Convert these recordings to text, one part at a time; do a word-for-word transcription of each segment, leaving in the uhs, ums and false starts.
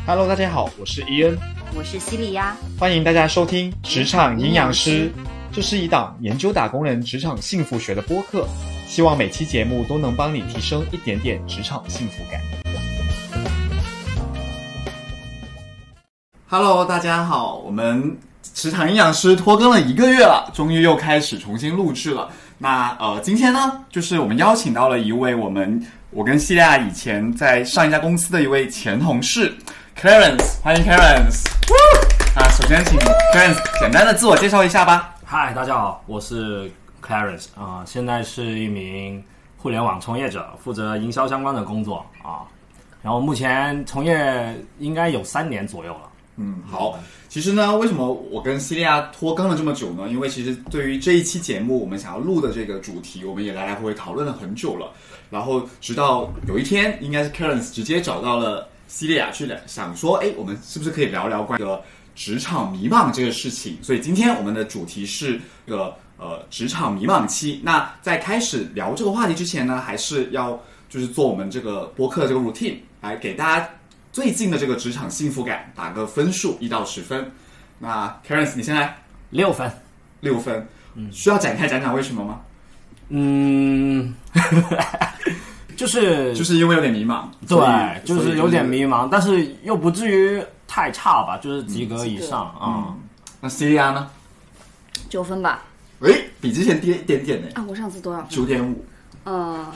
Hello， 大家好，我是伊恩， 我是西利亚， 欢迎大家收听职场营养师。这是一档研究打工人职场幸福学的播客，希望每期节目都能帮你提升一点点职场幸福感。Hello， 大家好，我们职场营养师拖更了一个月了，终于又开始重新录制了。那呃，今天呢，就是我们邀请到了一位我们我跟西利亚以前在上一家公司的一位前同事 Clarence， 欢迎 Clarence。啊，首先请 Clarence 简单的自我介绍一下吧。 嗨，大家好，我是 Clarence 啊、呃，现在是一名互联网从业者，负责营销相关的工作啊。然后目前从业应该有三年左右了。 嗯，好。其实呢，为什么我跟西利亚拖更了这么久呢？因为其实对于这一期节目我们想要录的这个主题，我们也来来回回讨论了很久了。然后直到有一天，应该是 Clarence 直接找到了西利亚去想说，哎，我们是不是可以聊聊关于职场迷茫这个事情？所以今天我们的主题是这个呃职场迷茫期。那在开始聊这个话题之前呢，还是要就是做我们这个播客的这个 routine， 来给大家最近的这个职场幸福感打个分数，一到十分。那 Clarence 你先来。 六分。 六分。嗯，需要展开讲讲为什么吗？ 嗯，就是就是因为有点迷茫。 对，就是有点迷茫，但是又不至于太差吧，就是及格以上啊、嗯嗯。那 C A 呢？ 九分吧。 诶，比之前低一点点呢。 啊，我上次多少分？ 九点五。 嗯。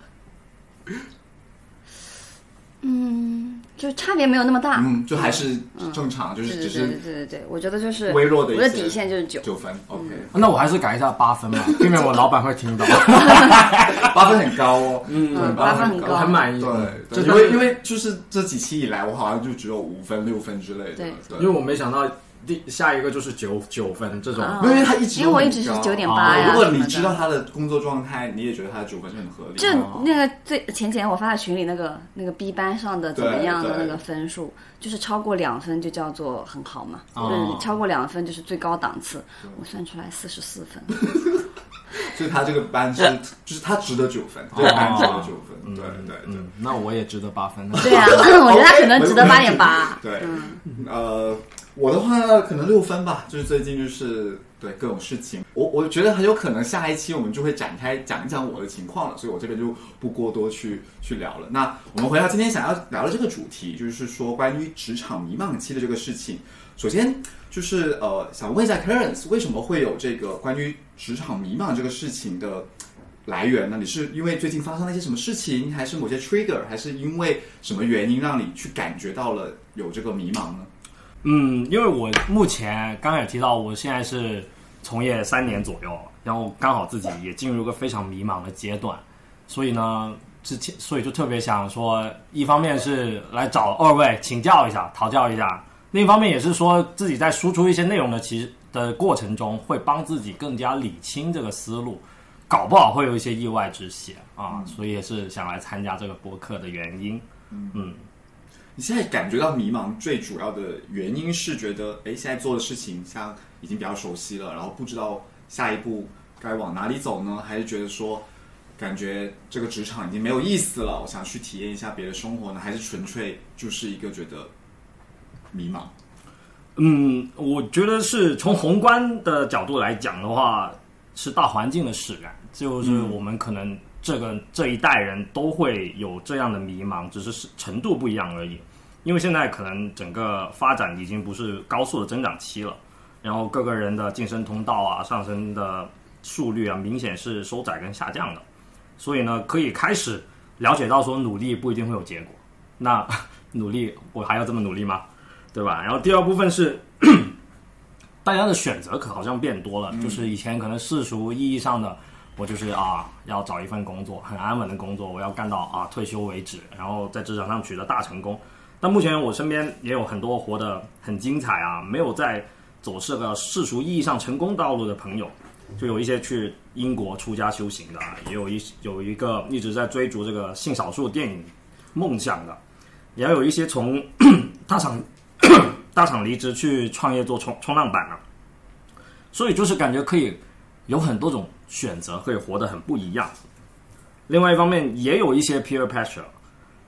嗯，就差别没有那么大， 嗯，就还是正常，嗯、就是只是对对对对对，我觉得就是微弱的一些， 我的底线就是九九分 ，OK、 嗯。那我还是改一下八分吧，避免我老板会听到。 八分很高哦， 嗯， 嗯八分很高， 很满意。 对，因为因为就是这几期以来，我好像就只有五分、六分之类的。 对， 因为我没想到。第下一个就是九九分这种， 因为他一直因为我一直是九点八呀。 如果你知道他的工作状态，你也觉得他的九分是很合理的。 就那个最前几天我发在群里那个那个 B 班上的怎么样的那个分数，就是超过两分就叫做很好嘛，就是超过两分就是最高档次。我算出来四十四分。 所以他这个班是，就是他值得九分，这个班值得九分，嗯、对对对、 嗯。那我也值得八分。 对啊，我觉得他可能值得八点八。 对，嗯、呃。我的话可能六分吧，就是最近就是对各种事情，我我觉得很有可能下一期我们就会展开讲一讲我的情况了，所以我这边就不过多去去聊了。那我们回到今天想要聊的这个主题，就是说关于职场迷茫期的这个事情。首先就是呃，想问一下 Clarence， 为什么会有这个关于职场迷茫这个事情的来源呢？你是因为最近发生了一些什么事情，还是某些 trigger， 还是因为什么原因让你去感觉到了有这个迷茫呢？ 嗯，因为我目前刚刚也提到，我现在是从业三年左右，然后刚好自己也进入一个非常迷茫的阶段，所以呢，之前所以就特别想说，一方面是来找二位请教一下、讨教一下，另一方面也是说自己在输出一些内容的其实的过程中，会帮自己更加理清这个思路，搞不好会有一些意外之喜啊，嗯、所以也是想来参加这个播客的原因，嗯。嗯， 你现在感觉到迷茫最主要的原因是觉得，哎，现在做的事情像已经比较熟悉了，然后不知道下一步该往哪里走呢？还是觉得说，感觉这个职场已经没有意思了，我想去体验一下别的生活呢？还是纯粹就是一个觉得迷茫？ 嗯，我觉得是从宏观的角度来讲的话，是大环境的使然，就是我们可能、嗯。这个这一代人都会有这样的迷茫，只是程度不一样而已。因为现在可能整个发展已经不是高速的增长期了，然后各个人的晋升通道啊、上升的速率啊，明显是收窄跟下降的。所以呢，可以开始了解到说，努力不一定会有结果。那努力，我还要这么努力吗？对吧？然后第二部分是，大家的选择可好像变多了，嗯、就是以前可能世俗意义上的。我就是啊，要找一份工作，很安稳的工作，我要干到啊退休为止，然后在职场上取得大成功。但目前我身边也有很多活得很精彩啊，没有在走这个世俗意义上成功道路的朋友，就有一些去英国出家修行的，也有一有一个一直在追逐这个性少数电影梦想的，也有一些从大厂大厂离职去创业做冲冲浪板的，所以就是感觉可以有很多种选择，可以活得很不一样。另外一方面也有一些 peer pressure，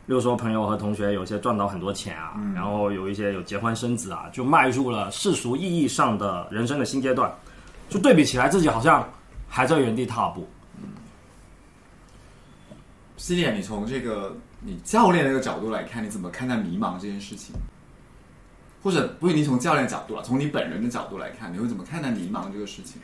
比如说朋友和同学有些赚到很多钱啊，嗯、然后有一些有结婚生子啊，就迈入了世俗意义上的人生的新阶段，就对比起来自己好像还在原地踏步。 西列，你从这个你教练的这个角度来看，你怎么看待迷茫这件事情？或者不一定从教练的角度了，从你本人的角度来看，你会怎么看待迷茫这个事情？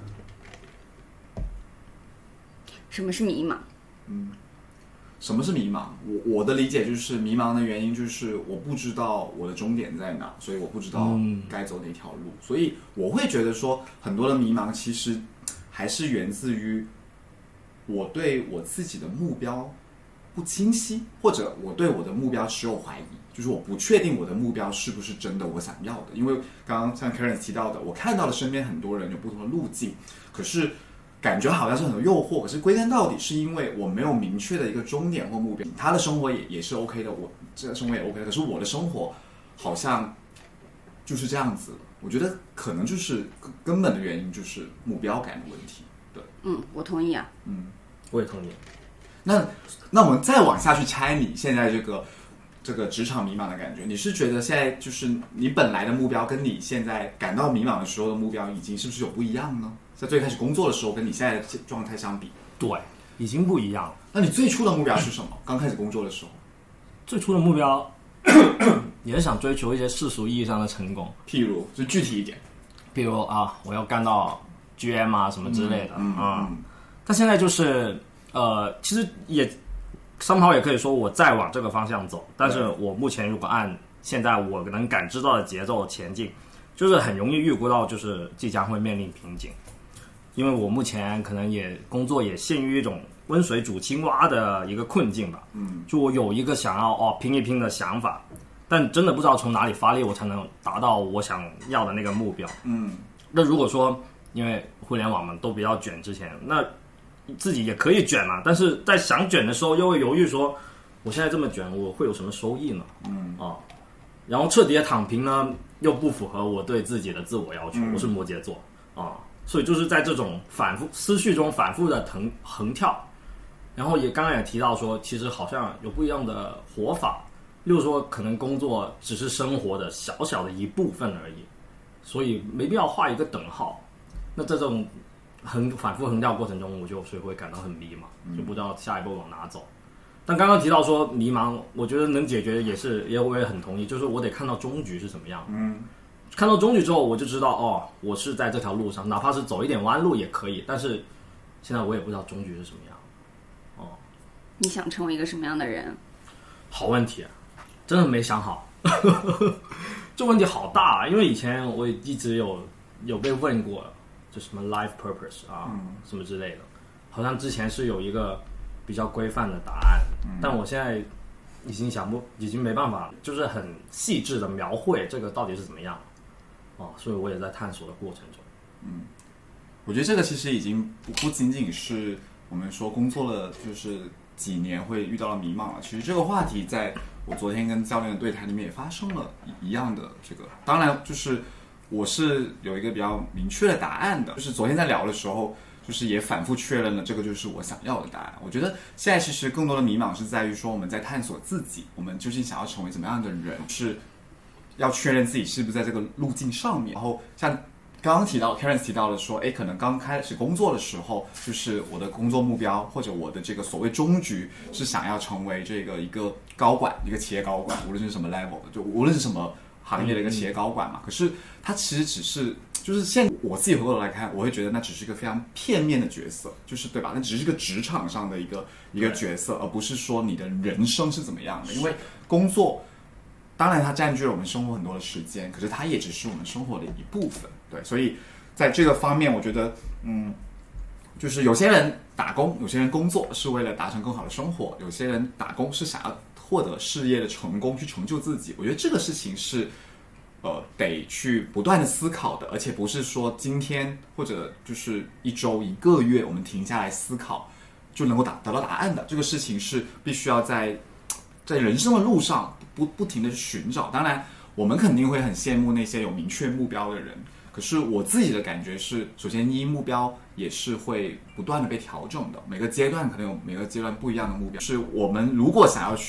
什么是迷茫？ 嗯，什么是迷茫？我我的理解就是迷茫的原因就是我不知道我的终点在哪，所以我不知道该走哪条路，嗯、所以我会觉得说很多的迷茫其实还是源自于我对我自己的目标不清晰，或者我对我的目标持有怀疑，就是我不确定我的目标是不是真的我想要的。因为刚刚像 Karen 提到的，我看到了身边很多人有不同的路径，可是感觉好像是很多诱惑，可是归根到底是因为我没有明确的一个终点或目标。他的生活也也是 OK 的，我这个生活也 OK 的，可是我的生活好像就是这样子。我觉得可能就是根本的原因就是目标感的问题。对， 嗯，我同意啊。 嗯，我也同意。 那那我们再往下去拆你现在这个这个职场迷茫的感觉，你是觉得现在就是你本来的目标跟你现在感到迷茫的时候的目标已经是不是有不一样呢？在最开始工作的时候跟你现在的状态相比， 对，已经不一样了。 那你最初的目标是什么？刚开始工作的时候， 最初的目标也是想追求一些世俗意义上的成功， 譬如就具体一点， 譬如啊，我要干到 G M 啊什么之类的， 嗯嗯嗯、 但现在就是呃，其实也somehow也可以说我再往这个方向走，但是我目前如果按现在我能感知到的节奏前进，就是很容易预估到就是即将会面临瓶颈，因为我目前可能也工作也陷于一种温水煮青蛙的一个困境吧。 嗯， 就我有一个想要哦拼一拼的想法，但真的不知道从哪里发力我才能达到我想要的那个目标。 嗯， 那如果说因为互联网嘛都比较卷之前，那自己也可以卷嘛，但是在想卷的时候又会犹豫说，我现在这么卷，我会有什么收益呢？ 嗯啊，然后彻底的躺平呢，又不符合我对自己的自我要求。嗯、我是摩羯座啊，所以就是在这种反复思绪中反复的腾横跳，然后也刚刚也提到说，其实好像有不一样的活法，例如说可能工作只是生活的小小的一部分而已，所以没必要画一个等号。那这种横反复横跳过程中，我就所以会感到很迷茫，就不知道下一步往哪走。但刚刚提到说迷茫，我觉得能解决也是，也我也很同意，就是我得看到终局是什么样。 嗯， 看到终局之后，我就知道哦，我是在这条路上，哪怕是走一点弯路也可以。但是现在我也不知道终局是什么样。哦， 你想成为一个什么样的人？ 好问题啊，真的没想好。这问题好大啊，因为以前我也一直有有被问过。就什么 life purpose 啊、嗯，什么之类的，好像之前是有一个比较规范的答案，嗯、但我现在已经想不，已经没办法，就是很细致的描绘这个到底是怎么样，哦，所以我也在探索的过程中。 嗯，我觉得这个其实已经不不仅仅是我们说工作了就是几年会遇到了迷茫了，其实这个话题在我昨天跟教练的对谈里面也发生了一样的这个，当然就是。我是有一个比较明确的答案的，就是昨天在聊的时候，就是也反复确认了这个就是我想要的答案。我觉得现在其实更多的迷茫是在于说我们在探索自己，我们究竟想要成为怎么样的人，是要确认自己是不是在这个路径上面。然后像刚刚提到 Karen 提到的说，哎，可能刚开始工作的时候，就是我的工作目标或者我的这个所谓终局是想要成为这个一个高管，一个企业高管，无论是什么 level 的，就无论是什么行业的一个企业高管嘛，可是他其实只是就是现在我自己回过头来看，我会觉得那只是一个非常片面的角色，就是对吧？那只是一个职场上的一个一个角色，而不是说你的人生是怎么样的。因为工作当然它占据了我们生活很多的时间，可是它也只是我们生活的一部分。对，所以在这个方面，我觉得嗯，就是有些人打工，有些人工作是为了达成更好的生活，有些人打工是想要获得事业的成功，去成就自己。我觉得这个事情是呃得去不断的思考的，而且不是说今天或者就是一周一个月我们停下来思考就能够打得到答案的。这个事情是必须要在在人生的路上不不停的去寻找。当然我们肯定会很羡慕那些有明确目标的人，可是我自己的感觉是，首先一目标也是会不断的被调整的，每个阶段可能有每个阶段不一样的目标。是我们如果想要去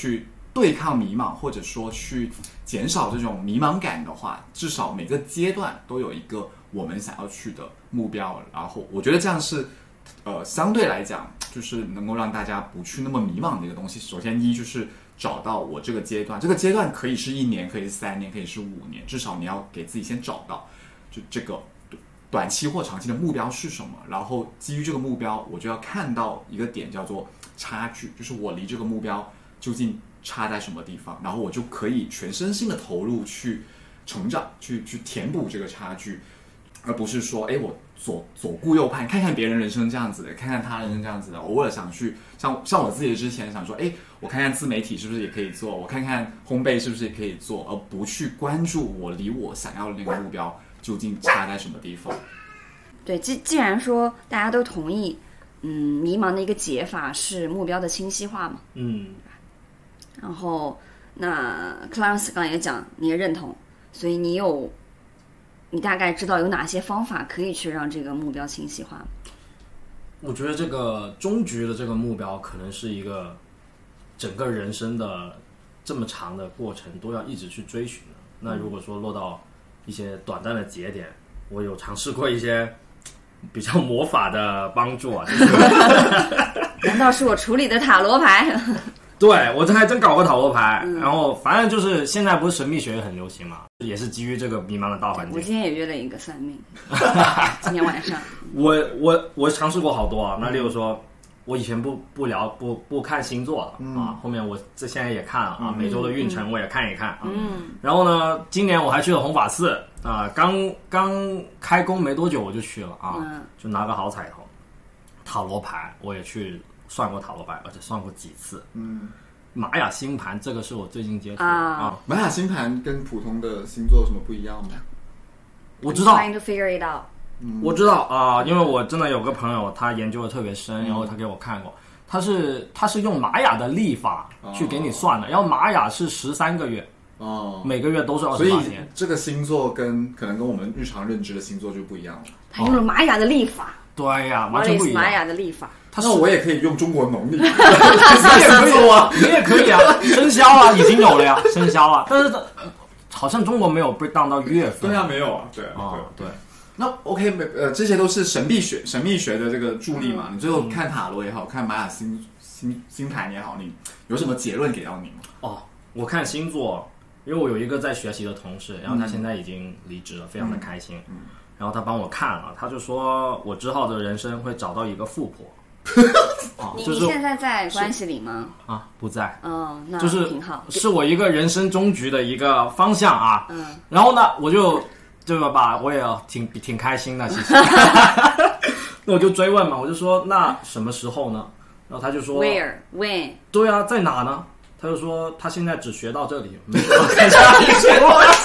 对抗迷茫，或者说去减少这种迷茫感的话，至少每个阶段都有一个我们想要去的目标，然后我觉得这样是呃相对来讲就是能够让大家不去那么迷茫的一个东西。首先一就是找到我这个阶段，这个阶段可以是一年，可以是三年，可以是五年，至少你要给自己先找到就这个短期或长期的目标是什么，然后基于这个目标我就要看到一个点叫做差距，就是我离这个目标究竟差在什么地方，然后我就可以全身心的投入去成长，去去填补这个差距，而不是说哎我左左顾右盼，看看别人人生这样子的，看看他人生这样子的，偶尔想去像像我自己之前想说哎我看看自媒体是不是也可以做，我看看烘焙是不是也可以做，而不去关注我离我想要的那个目标究竟差在什么地方。 对，既既然说大家都同意嗯迷茫的一个解法是目标的清晰化嘛， 嗯， 然后那 Clarence 刚刚也讲你也认同，所以你有你大概知道有哪些方法可以去让这个目标清晰化吗？ 我觉得这个终局的这个目标可能是一个整个人生的这么长的过程都要一直去追寻的。那如果说落到一些短暂的节点，我有尝试过一些比较魔法的帮助啊，就是难道是我处理的塔罗牌？ 对，我这还真搞过塔罗牌、嗯、然后反正就是现在不是神秘学很流行嘛，也是基于这个迷茫的大环境。 我今天也约了一个算命今天晚上我我我尝试过好多啊，那例如说我以前不不聊不不看星座了、嗯、啊，后面我这现在也看了啊、嗯，每周的运程我也看一看啊。嗯，然后呢，今年我还去了弘法寺啊，刚刚开工没多久我就去了啊、嗯，就拿个好彩头。塔罗牌我也去算过塔罗牌，而且算过几次。嗯，玛雅星盘这个是我最近接触的 啊, 啊。 玛雅星盘跟普通的星座有什么不一样吗？ 我知道。 I'm trying to figure it out。 我知道啊、呃，因为我真的有个朋友，他研究的特别深，然后他给我看过，他是他是用玛雅的历法去给你算的，然后玛雅是十三个月，哦，每个月都是二十八天， 所以这个星座跟可能跟我们日常认知的星座就不一样了。 他用了玛雅的历法， 对呀，完全不一样。 玛雅的历法， 那我也可以用中国农历，你也可以啊，你也可以啊，生肖啊已经有了呀，生肖啊，但是好像中国没有 break down 到月份。 对啊，没有啊，对啊， 哦、对。 那 OK， 呃，这些都是神秘学、神秘学的这个助力嘛。你最后看塔罗也好，看玛雅星星星盘也好，你有什么结论给到你吗？ 哦，我看星座，因为我有一个在学习的同事，然后他现在已经离职了，非常的开心。嗯，然后他帮我看了，他就说我之后的人生会找到一个富婆。 哦、你, 就是、你现在在关系里吗？ 啊，不在。 哦，那就是挺好， 是我一个人生终局的一个方向啊。嗯，然后呢，我就。对吧？我也挺挺开心的，其实。那我就追问嘛，我就说那什么时候呢？然后他就说 Where when？ 对啊，在哪呢？他就说他现在只学到这里，没有在下一学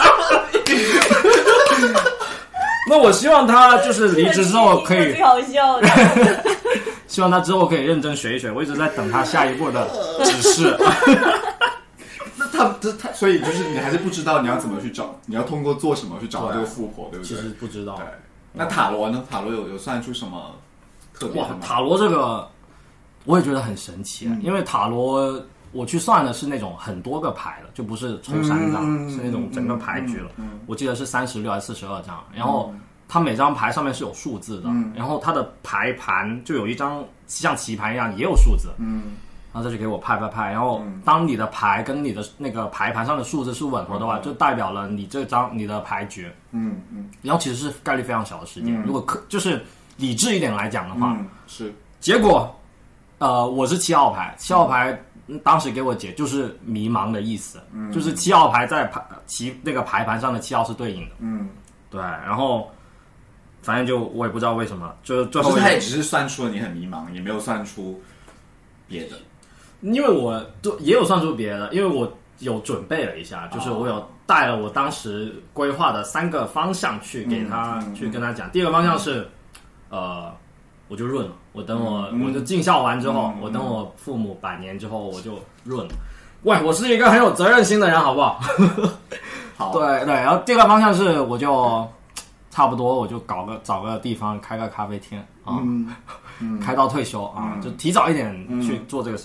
那我希望他就是离职之后可以， 最好笑的。 希望他之后可以认真学一学，我一直在等他下一步的指示。 他他所以就是你还是不知道你要怎么去找，你要通过做什么去找这个富婆， 对, 对不对？ 其实不知道。 对，那塔罗呢？塔罗有有算出什么特别的吗？ 哇，塔罗这个我也觉得很神奇、嗯，因为塔罗我去算的是那种很多个牌的，就不是抽三张、嗯，是那种整个牌局了。嗯嗯嗯、我记得是三十六还是四十二张，然后它每张牌上面是有数字的，嗯、然后它的牌盘就有一张像棋盘一样也有数字。嗯。然后这就给我派派派，然后当你的牌跟你的那个牌盘上的数字是吻合的话，嗯、就代表了你这张你的牌局。嗯嗯。然后其实是概率非常小的事件，嗯、如果可就是理智一点来讲的话， 嗯、是。 结果，呃，我是七号牌，七号牌、嗯、当时给我解就是迷茫的意思，嗯、就是七号牌在牌棋那个牌盘上的七号是对应的。嗯，对，然后。反正就我也不知道为什么，就最后他也只是算出了你很迷茫，也没有算出别的。 因为我也有算出别的，因为我有准备了一下，就是我有带了我当时规划的三个方向去给他、嗯、去跟他讲。第一个方向是，呃，我就润了，我等我、嗯、我就尽孝完之后、嗯，我等我父母百年之后我就润了。喂，我是一个很有责任心的人，好不好？好，对对。然后第二个方向是，我就。差不多我就搞个找个地方开个咖啡厅啊、嗯嗯，开到退休啊、嗯，就提早一点去做这个事情。嗯、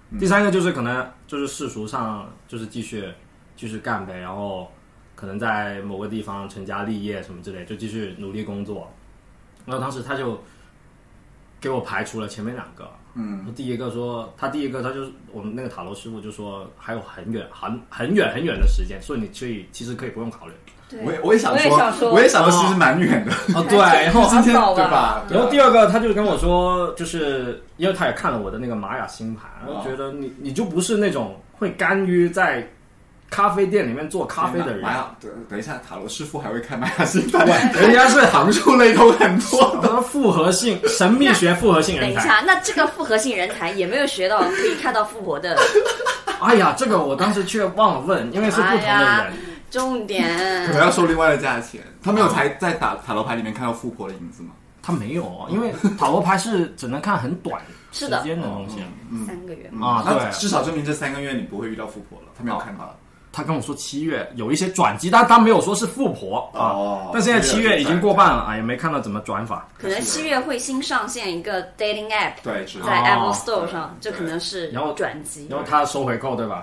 第三个就是可能就是世俗上就是继续继续干呗，然后可能在某个地方成家立业什么之类，就继续努力工作。然后当时他就给我排除了前面两个，嗯，第一个说他第一个他就是我们那个塔罗师傅就说还有很远很很远很远的时间，所以你可以其实可以不用考虑。 我也我也想说， 我也想说， 我也想说，其实蛮远的。 哦，对，然后今天对吧？ 然后第二个，他就跟我说，就是因为他也看了我的那个玛雅星盘，然后觉得你你就不是那种会甘于在咖啡店里面做咖啡的人。 玛雅，等等一下，塔罗师傅还会看玛雅星盘，人家是行数类都很多的。 复合性神秘学复合性人才。 等一下，那这个复合性人才也没有学到可以看到复活的。 哎呀，这个我当时却忘了问，因为是不同的人。哎重点可能要收另外的价钱。他没有才在打塔罗牌里面看到富婆的影子吗？ 他没有啊，因为塔罗牌是只能看很短时间的东西， 嗯、三个月啊， 那至少证明这三个月你不会遇到富婆了。他没有看到， 他跟我说七月有一些转机，但他没有说是富婆啊。哦、但现在七月已经过半了啊，也没看到怎么转法。 可能七月会新上线一个 dating app， 对， 在 Apple Store 上，这可能是转机。 然后他收回扣，对吧？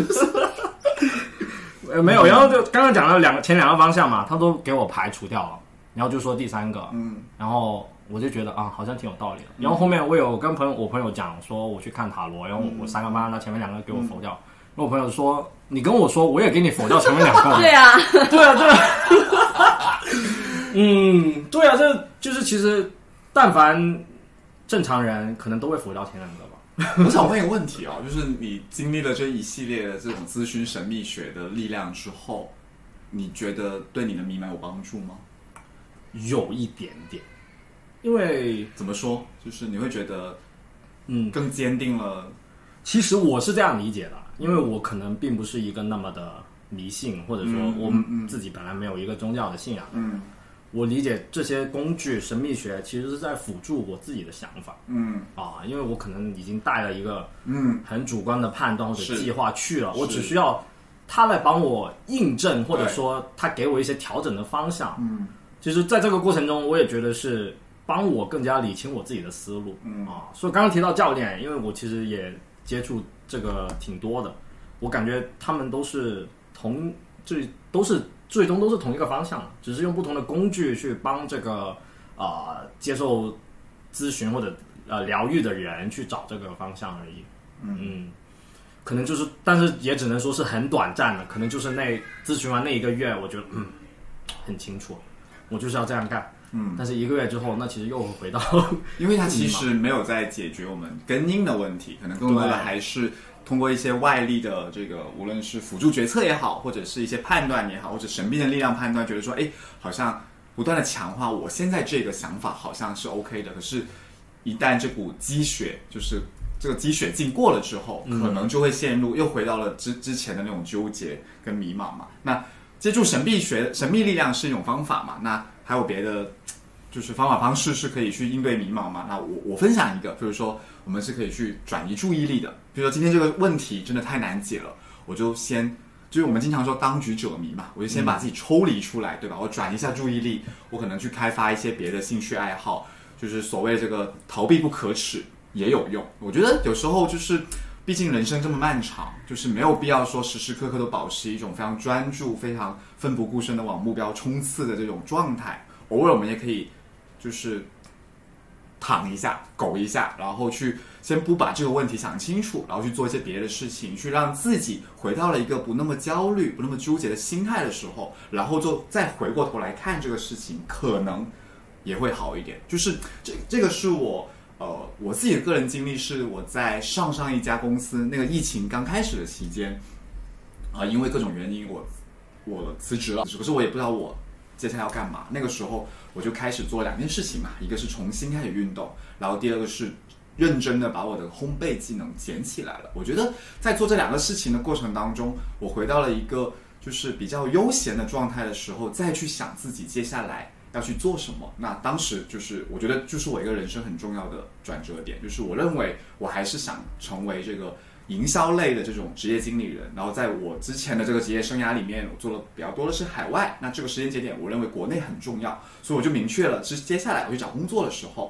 呃，没有，然后就刚刚讲了两个前两个方向嘛，他都给我排除掉了，然后就说第三个，嗯，然后我就觉得啊，好像挺有道理的。然后后面我有跟朋友我朋友讲说我去看塔罗，然后我三个方向，他前面两个给我否掉。然后我朋友说你跟我说，我也给你否掉前面两个。 对啊， 对啊，对啊。嗯，对啊，这就是其实但凡正常人可能都会否掉前两个吧。 我想问一个问题哦，就是你经历了这一系列的这种咨询神秘学的力量之后，你觉得对你的迷茫有帮助吗？ 有一点点，因为怎么说，就是你会觉得，嗯，更坚定了。 其实我是这样理解的，因为我可能并不是一个那么的迷信，或者说我自己本来没有一个宗教的信仰。嗯。我理解这些工具神秘学其实是在辅助我自己的想法，嗯啊，因为我可能已经带了一个嗯很主观的判断或者计划去了，我只需要他来帮我印证，或者说他给我一些调整的方向。嗯，其实在这个过程中，我也觉得是帮我更加理清我自己的思路。嗯啊，所以刚刚提到教练，因为我其实也接触这个挺多的，我感觉他们都是同这都是。最终都是同一个方向，只是用不同的工具去帮这个啊、呃、接受咨询或者呃疗愈的人去找这个方向而已。嗯，嗯可能就是，但是也只能说是很短暂的，可能就是那咨询完那一个月，我觉得嗯很清楚，我就是要这样干。嗯，但是一个月之后，那其实又会回到， 因为它其实没有在解决我们根因的问题，可能更多的还是。通过一些外力的这个，无论是辅助决策也好，或者是一些判断也好，或者神秘的力量判断，觉得说，哎，好像不断的强化我现在这个想法，好像是 OK 的。可是，一旦这股积雪，就是这个积雪劲过了之后，可能就会陷入，又回到了之之前的那种纠结跟迷茫嘛。那接触神秘学、神秘力量是一种方法嘛？那还有别的，就是方法方式是可以去应对迷茫嘛？那我我分享一个，比如说。我们是可以去转移注意力的，比如说今天这个问题真的太难解了，我就先就是我们经常说当局者迷嘛，我就先把自己抽离出来，对吧？我转移一下注意力，我可能去开发一些别的兴趣爱好，就是所谓这个逃避不可耻也有用。我觉得有时候就是，毕竟人生这么漫长，就是没有必要说时时刻刻都保持一种非常专注、非常奋不顾身的往目标冲刺的这种状态。偶尔我们也可以就是。躺一下，苟一下，然后去先不把这个问题想清楚，然后去做一些别的事情，去让自己回到了一个不那么焦虑、不那么纠结的心态的时候，然后就再回过头来看这个事情，可能也会好一点。就是这这个是我呃我自己的个人经历，是我在上上一家公司那个疫情刚开始的期间啊、呃，因为各种原因我我辞职了，可是我也不知道我。接下来要干嘛？那个时候我就开始做两件事情嘛，一个是重新开始运动，然后第二个是认真的把我的烘焙技能捡起来了。我觉得在做这两个事情的过程当中，我回到了一个就是比较悠闲的状态的时候，再去想自己接下来要去做什么。那当时就是我觉得就是我一个人生很重要的转折点，就是我认为我还是想成为这个营销类的这种职业经理人，然后在我之前的这个职业生涯里面，我做了比较多的是海外。那这个时间节点，我认为国内很重要，所以我就明确了，接下来我去找工作的时候，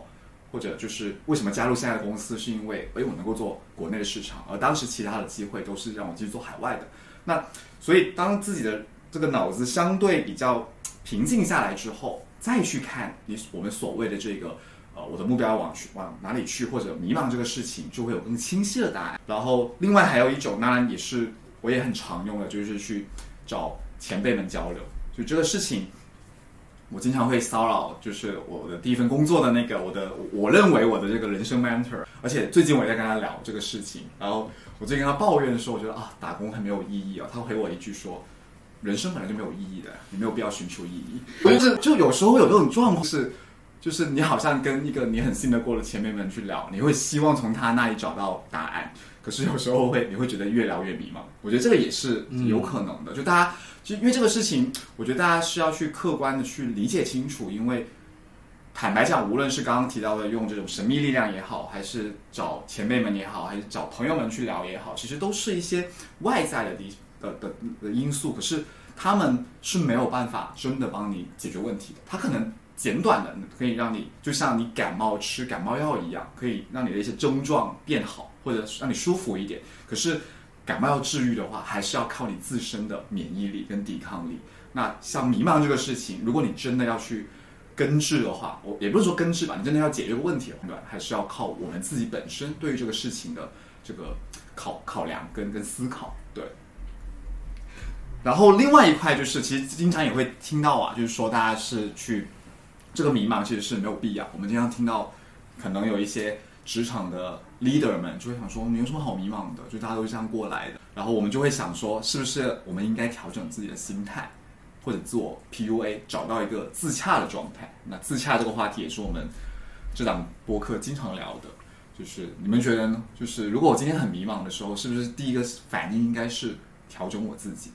或者就是为什么加入现在的公司，是因为哎我能够做国内的市场，而当时其他的机会都是让我继续做海外的。那所以当自己的这个脑子相对比较平静下来之后，再去看你我们所谓的这个呃我的目标往去往哪里去，或者迷茫这个事情，就会有更清晰的答案。然后另外还有一种，当然也是我也很常用的，就是去找前辈们交流。就这个事情，我经常会骚扰，就是我的第一份工作的那个我的我认为我的这个人生 mentor， 而且最近我也在跟他聊这个事情，然后我最近跟他抱怨的时候，我觉得啊打工很没有意义啊，他回我一句说，人生本来就没有意义的，你没有必要寻求意义。就是就有时候会有这种状况是，就是你好像跟一个你很信得过的前辈们去聊，你会希望从他那里找到答案，可是有时候会你会觉得越聊越迷茫。我觉得这个也是有可能的，嗯、就大家就因为这个事情，我觉得大家是要去客观的去理解清楚，因为坦白讲，无论是刚刚提到的用这种神秘力量也好，还是找前辈们也好，还是找朋友们去聊也好，其实都是一些外在的地的的的因素，可是他们是没有办法真的帮你解决问题的。他可能简短的可以让你就像你感冒吃感冒药一样，可以让你的一些症状变好，或者让你舒服一点。可是感冒药治愈的话，还是要靠你自身的免疫力跟抵抗力。那像迷茫这个事情，如果你真的要去根治的话，我也不是说根治吧，你真的要解决这个问题的话，还是要靠我们自己本身对于这个事情的这个考考量跟跟思考。对。然后另外一块就是，其实经常也会听到啊，就是说大家是去这个迷茫其实是没有必要。我们经常听到，可能有一些职场的 leader 们就会想说，你有什么好迷茫的？就大家都是这样过来的。然后我们就会想说，是不是我们应该调整自己的心态，或者自我 P U A， 找到一个自洽的状态。那自洽这个话题也是我们这档播客经常聊的。就是你们觉得呢？就是如果我今天很迷茫的时候，是不是第一个反应应该是调整我自己？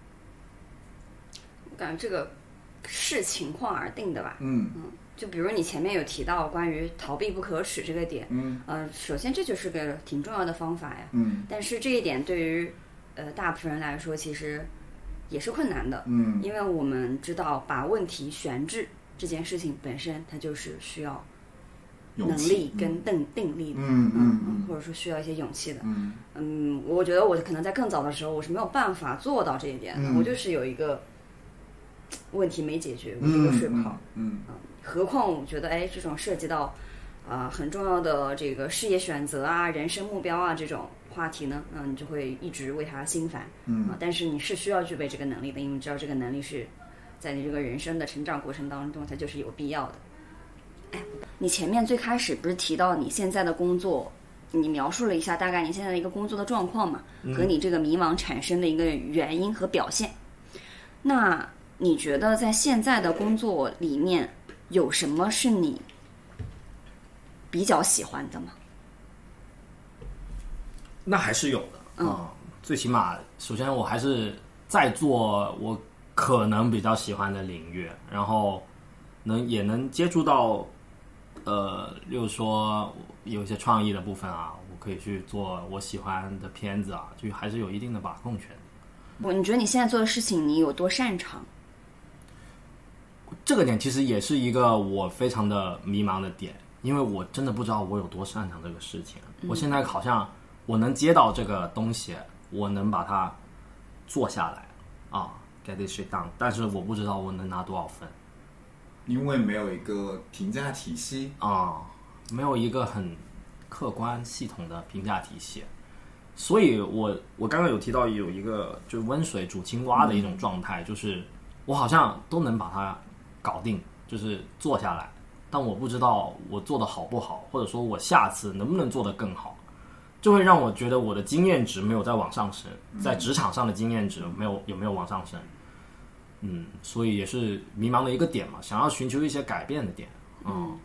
我感觉这个视情况而定的吧。 嗯嗯，就比如你前面有提到关于逃避不可耻这个点， 嗯， 呃，首先这就是个挺重要的方法呀。 嗯， 但是这一点对于呃大部分人来说，其实也是困难的。 嗯， 因为我们知道把问题悬置这件事情本身，它就是需要能力跟定定力的， 嗯嗯嗯， 或者说需要一些勇气的。 嗯嗯，我觉得我可能在更早的时候，我是没有办法做到这一点的。 嗯、 我就是有一个问题没解决，我就睡不好。 嗯， 嗯，何况我觉得，哎，这种涉及到啊、呃、很重要的这个事业选择啊、人生目标啊这种话题呢，嗯，你就会一直为它心烦。 嗯， 啊，但是你是需要具备这个能力的，因为你知道这个能力是在你这个人生的成长过程当中，它就是有必要的。哎，你前面最开始不是提到你现在的工作，你描述了一下大概你现在的一个工作的状况嘛， 嗯、 和你这个迷茫产生的一个原因和表现。那你觉得在现在的工作里面有什么是你比较喜欢的吗？ 那还是有的，嗯，嗯最起码，首先我还是在做我可能比较喜欢的领域，然后能也能接触到，呃，例如说有一些创意的部分啊，我可以去做我喜欢的片子啊，就还是有一定的把控权。 不，你觉得你现在做的事情你有多擅长？ 这个点其实也是一个我非常的迷茫的点，因为我真的不知道我有多擅长这个事情。嗯、我现在好像我能接到这个东西，我能把它做下来啊 ，get it shit done， 但是我不知道我能拿多少分， 因为没有一个评价体系啊，没有一个很客观系统的评价体系。所以我我刚刚有提到有一个就是温水煮青蛙的一种状态，嗯、就是我好像都能把它搞定，就是做下来，但我不知道我做的好不好，或者说我下次能不能做得更好，就会让我觉得我的经验值没有在往上升，在职场上的经验值没有有没有往上升，嗯，所以也是迷茫的一个点嘛，想要寻求一些改变的点，嗯， 嗯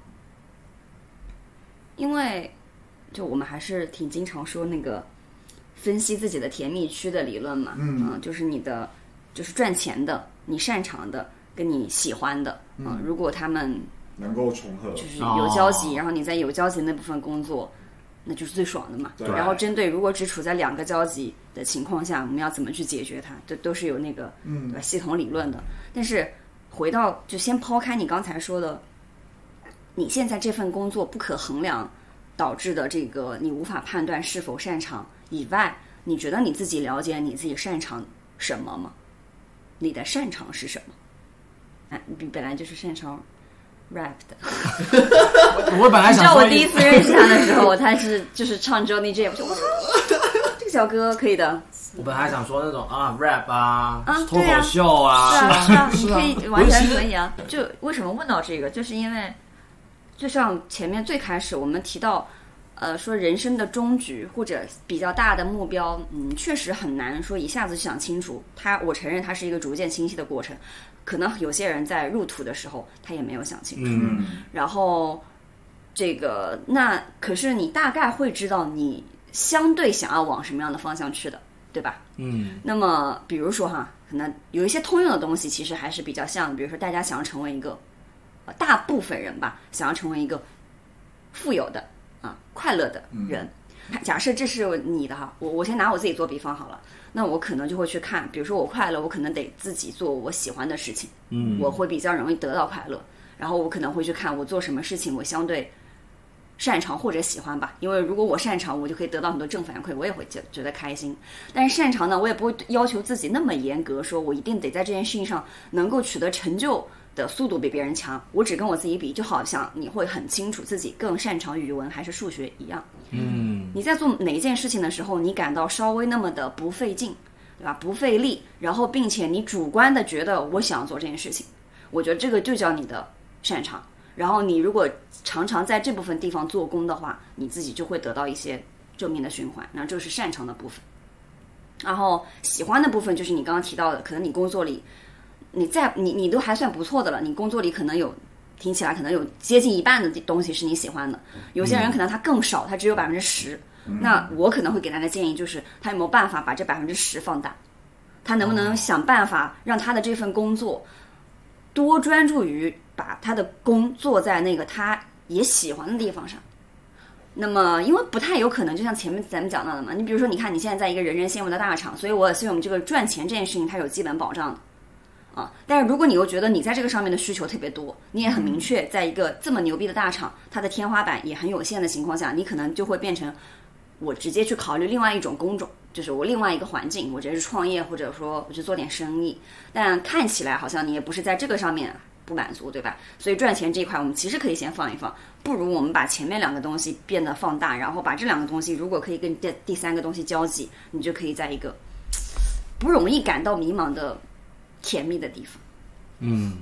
因为就我们还是挺经常说那个分析自己的甜蜜区的理论嘛， 嗯， 呃、就是你的就是赚钱的，你擅长的。跟你喜欢的啊、呃，如果他们能够重合， 就是有交集， 哦、 然后你在有交集那部分工作，那就是最爽的嘛。 对。 然后针对如果只处在两个交集的情况下，我们要怎么去解决它，都都是有那个嗯对吧系统理论的。但是回到就先抛开你刚才说的你现在这份工作不可衡量导致的这个你无法判断是否擅长以外，你觉得你自己了解你自己擅长什么吗？你的擅长是什么？哎，你本来就是擅长 rap 的。 我本来想说， 你知道我第一次认识他的时候，他是就是唱 Johnny J， 我说我操，这个小哥可以的。 我本来还想说那种啊 rap 啊， 啊脱口秀啊， 是啊是啊， 是啊你可以完全可以啊。就为什么问到这个，就是因为就像前面最开始我们提到，呃，说人生的终局或者比较大的目标，嗯，确实很难说一下子想清楚。它，我承认它是一个逐渐清晰的过程。可能有些人在入土的时候，他也没有想清楚。 嗯， 然后这个那可是你大概会知道你相对想要往什么样的方向去的。对吧？ 嗯， 那么比如说哈，可能有一些通用的东西，其实还是比较像的。比如说，大家想要成为一个，呃，大部分人吧，想要成为一个富有的啊、快乐的人。嗯、假设这是你的哈，我我先拿我自己做比方好了。那我可能就会去看，比如说我快乐，我可能得自己做我喜欢的事情， 嗯， 我会比较容易得到快乐。然后我可能会去看我做什么事情，我相对擅长或者喜欢吧，因为如果我擅长，我就可以得到很多正反馈，我也会觉觉得开心。但是擅长呢，我也不会要求自己那么严格，说我一定得在这件事情上能够取得成就的速度比别人强。我只跟我自己比，就好像你会很清楚自己更擅长语文还是数学一样。 嗯， 你在做哪一件事情的时候，你感到稍微那么的不费劲，对吧？不费力，然后并且你主观的觉得我想做这件事情，我觉得这个就叫你的擅长。然后你如果常常在这部分地方做工的话，你自己就会得到一些正面的循环，那这是擅长的部分。然后喜欢的部分就是你刚刚提到的，可能你工作里你在你你都还算不错的了，你工作里可能有听起来可能有接近一半的东西是你喜欢的，有些人可能他更少，他只有百分之十。那我可能会给他的建议就是他有没有办法把这百分之十放大，他能不能想办法让他的这份工作多专注于把他的工做在那个他也喜欢的地方上。那么因为不太有可能，就像前面咱们讲到的嘛，你比如说你看你现在在一个人人羡慕的大厂，所以我所以我们这个赚钱这件事情它有基本保障的啊。但是如果你又觉得你在这个上面的需求特别多，你也很明确在一个这么牛逼的大厂它的天花板也很有限的情况下，你可能就会变成我直接去考虑另外一种工种，就是我另外一个环境，我直接是创业，或者说我去做点生意。但看起来好像你也不是在这个上面不满足，对吧？所以赚钱这一块我们其实可以先放一放，不如我们把前面两个东西变得放大，然后把这两个东西如果可以跟第第三个东西交集，你就可以在一个不容易感到迷茫的甜蜜的地方。 嗯，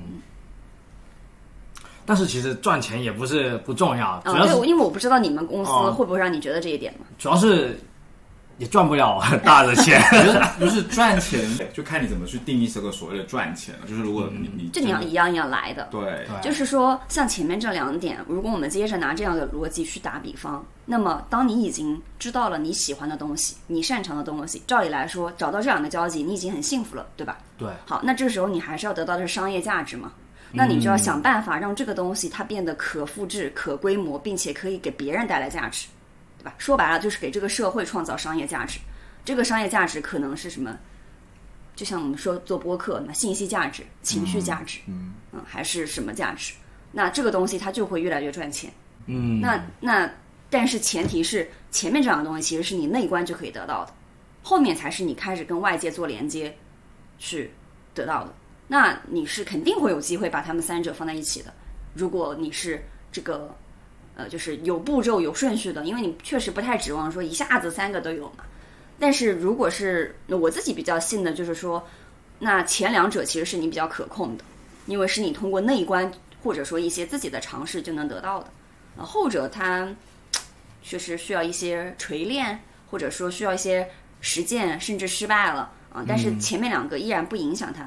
但是其实赚钱也不是不重要，主啊、 要是、 对，因为我不知道你们公司哦会不会让你觉得这一点嘛。 主要是也赚不了很大的钱。 就是赚钱，就看你怎么去定义这个所谓的赚钱了。就是如果你你这你要一样一样来的。 对， 就是说，像前面这两点，如果我们接着拿这样的逻辑去打比方，那么当你已经知道了你喜欢的东西，你擅长的东西，照理来说，找到这样的交集，你已经很幸福了，对吧？ 对。 好，那这个时候你还是要得到的是商业价值嘛？那你就要想办法让这个东西它变得可复制、可规模，并且可以给别人带来价值，对吧？说白了就是给这个社会创造商业价值。这个商业价值可能是什么？就像我们说做播客，那信息价值、情绪价值， 嗯嗯, 嗯，还是什么价值？那这个东西它就会越来越赚钱。 嗯， 那那但是前提是前面这两个东西其实是你内观就可以得到的，后面才是你开始跟外界做连接去得到的。那你是肯定会有机会把他们三者放在一起的。如果你是这个呃，就是有步骤、有顺序的，因为你确实不太指望说一下子三个都有嘛。但是如果是我自己比较信的，就是说，那前两者其实是你比较可控的，因为是你通过内观或者说一些自己的尝试就能得到的。呃，后者它确实需要一些锤炼，或者说需要一些实践，甚至失败了啊。但是前面两个依然不影响它。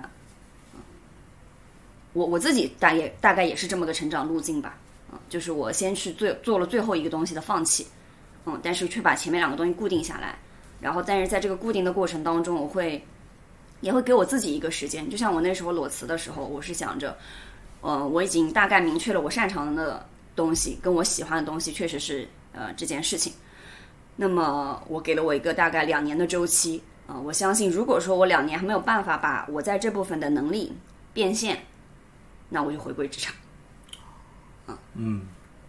我我自己大也大概也是这么个成长路径吧，啊，就是我先去最做了最后一个东西的放弃，嗯，但是却把前面两个东西固定下来。然后，但是在这个固定的过程当中，我会也会给我自己一个时间。就像我那时候裸辞的时候，我是想着，呃，我已经大概明确了我擅长的东西跟我喜欢的东西，确实是呃这件事情。那么，我给了我一个大概两年的周期啊、呃，我相信，如果说我两年还没有办法把我在这部分的能力变现，那我就回归职场。 嗯，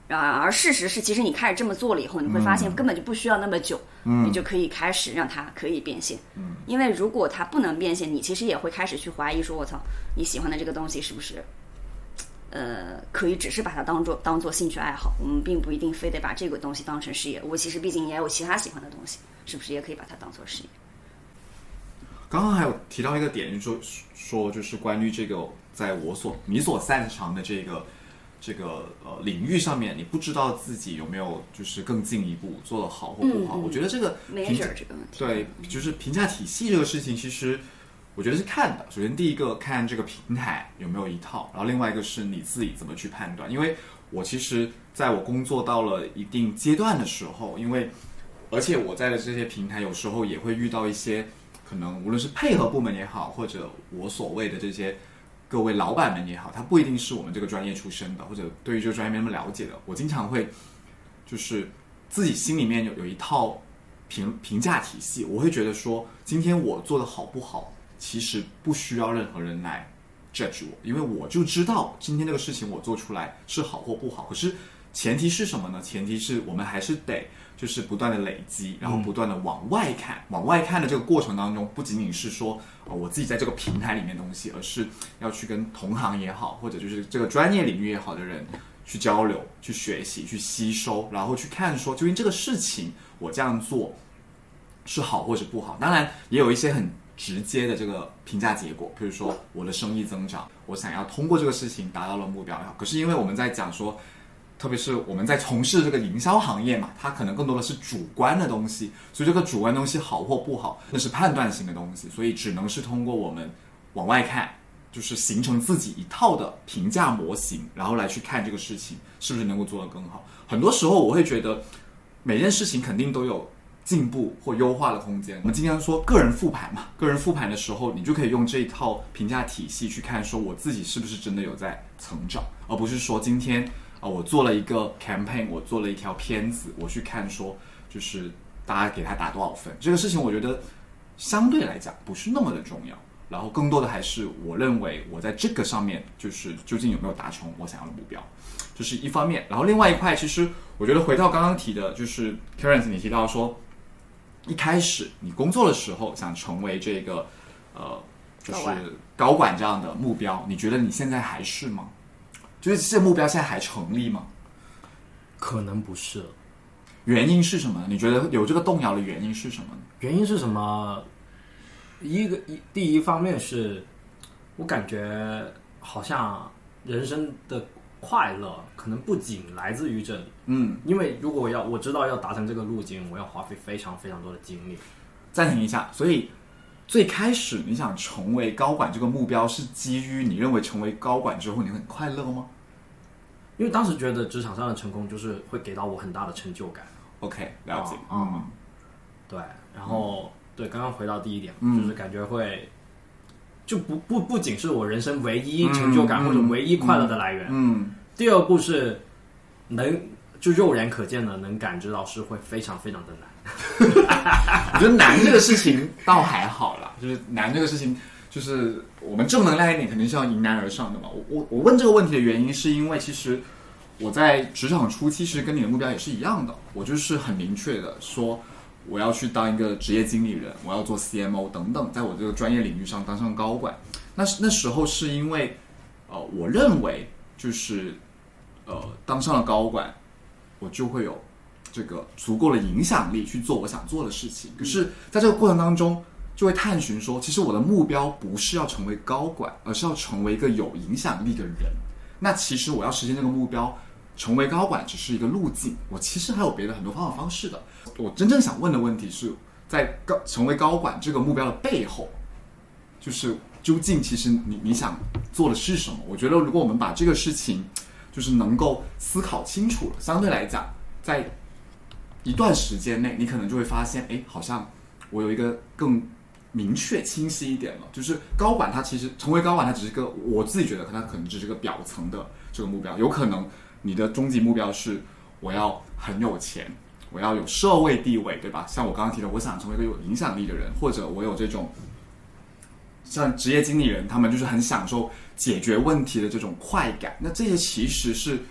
而事实是，其实你开始这么做了以后，你会发现根本就不需要那么久， 嗯、 你就可以开始让它可以变现。 嗯， 因为如果它不能变现，你其实也会开始去怀疑说，我操，你喜欢的这个东西是不是，呃，可以只是把它当做当做兴趣爱好？我们并不一定非得把这个东西当成事业。我其实毕竟也有其他喜欢的东西，是不是也可以把它当做事业？ 刚刚还有提到一个点，就是说说就是关于这个，在我所你所擅长的这个。这个呃领域上面，你不知道自己有没有就是更进一步做得好或不好。 嗯嗯、 我觉得这个评价这个问题， 对，就是评价体系这个事情，其实我觉得是看的。首先第一个看这个平台有没有一套，然后另外一个是你自己怎么去判断。因为我其实在我工作到了一定阶段的时候，因为而且我在的这些平台有时候也会遇到一些可能无论是配合部门也好，或者我所谓的这些。各位老板们也好，他不一定是我们这个专业出身的，或者对于这个专业没那么了解的。我经常会就是自己心里面有有一套评评价体系，我会觉得说，今天我做的好不好，其实不需要任何人来 judge 我，因为我就知道今天这个事情我做出来是好或不好。可是前提是什么呢？前提是我们还是得就是不断的累积，然后不断的往外看。嗯、往外看的这个过程当中，不仅仅是说、呃、我自己在这个平台里面的东西，而是要去跟同行也好，或者就是这个专业领域也好的人去交流、去学习、去吸收，然后去看说究竟这个事情我这样做是好或是不好。当然也有一些很直接的这个评价结果，比如说我的生意增长，我想要通过这个事情达到了目标也好。可是因为我们在讲说。特别是我们在从事这个营销行业嘛，它可能更多的是主观的东西，所以这个主观东西好或不好，那是判断性的东西，所以只能是通过我们往外看，就是形成自己一套的评价模型，然后来去看这个事情是不是能够做得更好。很多时候我会觉得每件事情肯定都有进步或优化的空间。我们经常说个人复盘嘛，个人复盘的时候，你就可以用这一套评价体系去看，说我自己是不是真的有在成长，而不是说今天。啊，我做了一个 campaign， 我做了一条片子，我去看说，就是大家给他打多少分，这个事情我觉得相对来讲不是那么的重要，然后更多的还是我认为我在这个上面就是究竟有没有达成我想要的目标，这是一方面。然后另外一块，其实我觉得回到刚刚提的，就是 Karen 你提到说，一开始你工作的时候想成为这个呃，就是高管这样的目标，你觉得你现在还是吗？就是这目标现在还成立吗？ 可能不是了。 原因是什么？你觉得有这个动摇的原因是什么呢？ 原因是什么？一个一第一方面是，我感觉好像人生的快乐可能不仅来自于这里。 嗯， 因为如果要我知道要达成这个路径，我要花费非常非常多的精力。 暂停一下，所以。最开始你想成为高管这个目标是基于你认为成为高管之后你很快乐吗？ 因为当时觉得职场上的成功就是会给到我很大的成就感。 OK 了解。 嗯，嗯对，然后、嗯、对刚刚回到第一点、 嗯、 就是感觉会就不不不仅是我人生唯一成就感、嗯、或者唯一快乐的来源。 嗯， 第二步是能就肉眼可见的能感知到是会非常非常的难。 我觉得难这个事情倒还好啦，就是难这个事情，就是我们正能量一点，肯定是要迎难而上的嘛。我我我问这个问题的原因，是因为其实我在职场初期，其实跟你的目标也是一样的，我就是很明确的说，我要去当一个职业经理人，我要做 C M O 等等，在我这个专业领域上当上高管。那那时候是因为，呃，我认为就是呃当上了高管，我就会有。这个足够的影响力去做我想做的事情，可是在这个过程当中就会探寻说，其实我的目标不是要成为高管，而是要成为一个有影响力的人。那其实我要实现这个目标，成为高管只是一个路径，我其实还有别的很多方法方式的。我真正想问的问题是在高成为高管这个目标的背后，就是究竟其实你你想做的是什么？我觉得如果我们把这个事情就是能够思考清楚了，相对来讲在一段时间内，你可能就会发现，哎，好像我有一个更明确、清晰一点了。就是高管，他其实成为高管，他只是个我自己觉得，他可能只是个表层的这个目标。有可能你的终极目标是我要很有钱，我要有社会地位，对吧？像我刚刚提的，我想成为一个有影响力的人，或者我有这种像职业经理人，他们就是很享受解决问题的这种快感。那这些其实是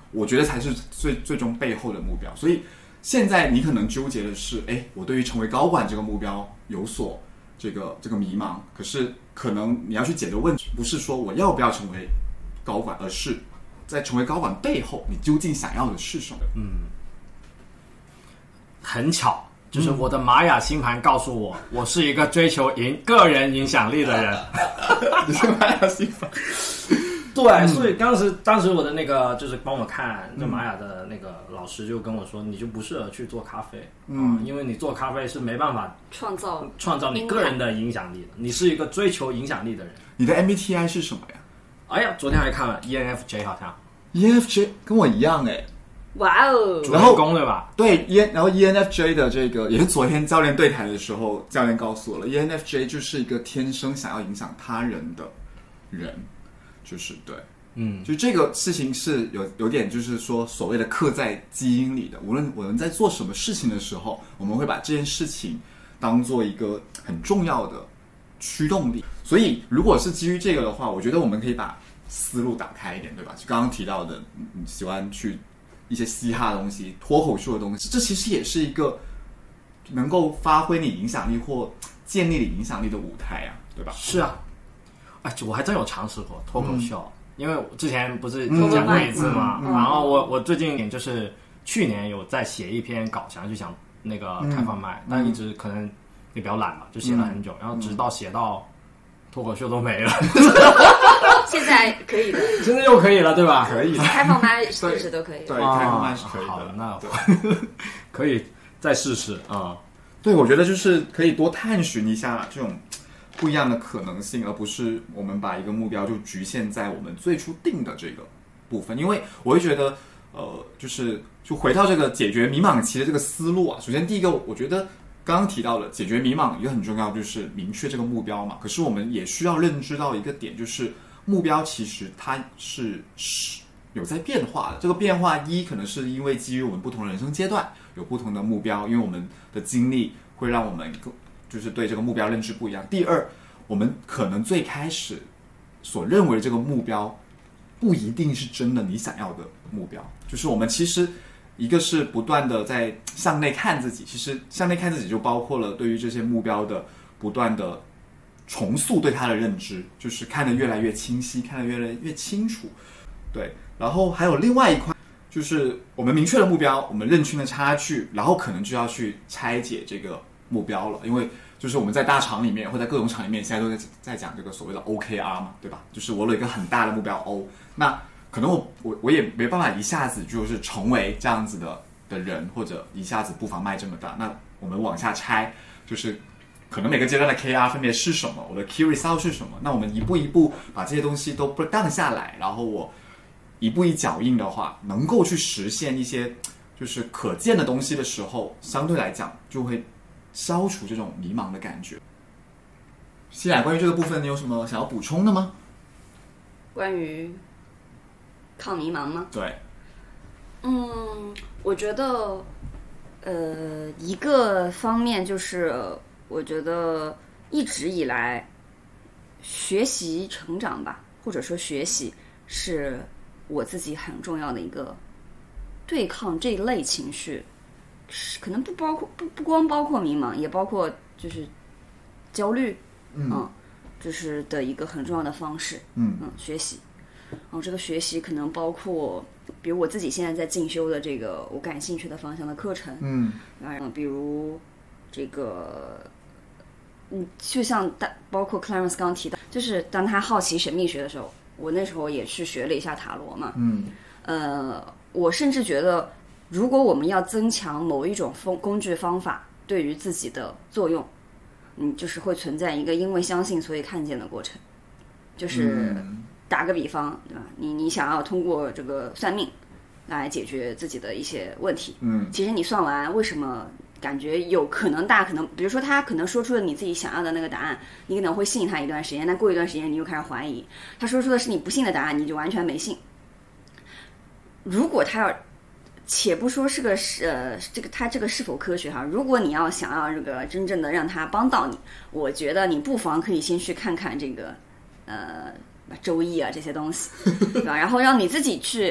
我觉得才是最最终背后的目标。所以现在你可能纠结的是，哎，我对于成为高管这个目标有所这个这个迷茫，可是可能你要去解决问题，不是说我要不要成为高管，而是在成为高管背后，你究竟想要的是什么？ 嗯，很巧，就是我的玛雅星盘告诉我，我是一个追求影个人影响力的人。 你是玛雅星盘？ 对，嗯、所以当时当时我的那个就是帮我看这玛雅的那个老师就跟我说，你就不适合去做咖啡，嗯、呃，因为你做咖啡是没办法创造创造你个人的影响力的，你是一个追求影响力的人。 你的 M B T I 是什么呀？ 哎呀，昨天还看了 E N F J， 好像 E N F J 跟我一样哎。 哇哦！ 主人公对吧？ 对 ，E 然后 E N F J 的这个也是昨天教练对谈的时候，教练告诉我了 ，E N F J 就是一个天生想要影响他人的人，就是对，嗯，就这个事情是有有点就是说所谓的刻在基因里的。无论我们在做什么事情的时候，我们会把这件事情当做一个很重要的驱动力。所以，如果是基于这个的话，我觉得我们可以把思路打开一点，对吧？就刚刚提到的，你喜欢去一些嘻哈的东西、脱口秀的东西，这其实也是一个能够发挥你影响力或建立你影响力的舞台啊，对吧？ 是啊，哎，我还真有尝试过脱口秀，嗯、因为我之前不是讲过一次嘛，嗯嗯、然后我我最近就是去年有在写一篇稿，想要去讲那个开放麦，嗯、但一直可能也比较懒嘛，就写了很久，嗯、然后直到写到脱口秀都没了。 现在可以的， 现在又可以了，对吧？ 可以的， 开放麦试试都可以。 对，开放麦是可以的。 好，那可以再试试啊。 对，我觉得就是可以多探寻一下这种不一样的可能性，而不是我们把一个目标就局限在我们最初定的这个部分。因为我会觉得，呃，就是就回到这个解决迷茫期的这个思路啊。首先，第一个，我觉得刚刚提到了解决迷茫，一个很重要就是明确这个目标嘛。可是我们也需要认知到一个点，就是目标其实它是有在变化的。这个变化一可能是因为基于我们不同的人生阶段有不同的目标，因为我们的经历会让我们就是对这个目标认知不一样。第二，我们可能最开始所认为这个目标不一定是真的你想要的目标，就是我们其实一个是不断的在向内看自己，其实向内看自己就包括了对于这些目标的不断的重塑对它的认知，就是看得越来越清晰，看得越来越清楚。对，然后还有另外一块，就是我们明确了目标，我们认清了差距，然后可能就要去拆解这个目标了。因为就是我们在大厂里面或在各种厂里面，现在都在在讲这个所谓的 O K R 嘛，对吧？就是我有一个很大的目标 O， 那可能我我我也没办法一下子就是成为这样子的的人，或者一下子步伐迈这么大。那我们往下拆，就是可能每个阶段的 K R 分别是什么，我的 Key Result 是什么？那我们一步一步把这些东西都 break down 下来，然后我一步一脚印的话，能够去实现一些就是可见的东西的时候，相对来讲就会消除这种迷茫的感觉。希雅，关于这个部分你有什么想要补充的吗？ 关于抗迷茫吗？ 对， 嗯，我觉得，呃，一个方面就是，我觉得一直以来学习成长吧，或者说学习是我自己很重要的一个对抗这一类情绪，可能不包括不不光包括迷茫，也包括就是焦虑，嗯，嗯就是的一个很重要的方式，嗯嗯，学习。然后这个学习可能包括，比如我自己现在在进修的这个我感兴趣的方向的课程，嗯，然后比如这个，嗯，就像大包括 Clarence 刚提到，就是当他好奇神秘学的时候，我那时候也去学了一下塔罗嘛，嗯，呃，我甚至觉得，如果我们要增强某一种工工具方法对于自己的作用，嗯，就是会存在一个因为相信所以看见的过程，就是。嗯打个比方，对吧？你你想要通过这个算命来解决自己的一些问题，嗯，其实你算完，为什么感觉有可能大可能，比如说他可能说出了你自己想要的那个答案，你可能会信他一段时间，但过一段时间你又开始怀疑，他说出的是你不信的答案，你就完全没信。如果他要，且不说是个呃这个他这个是否科学哈，如果你要想要这个真正的让他帮到你，我觉得你不妨可以先去看看这个呃。周易啊这些东西，对吧？然后让你自己去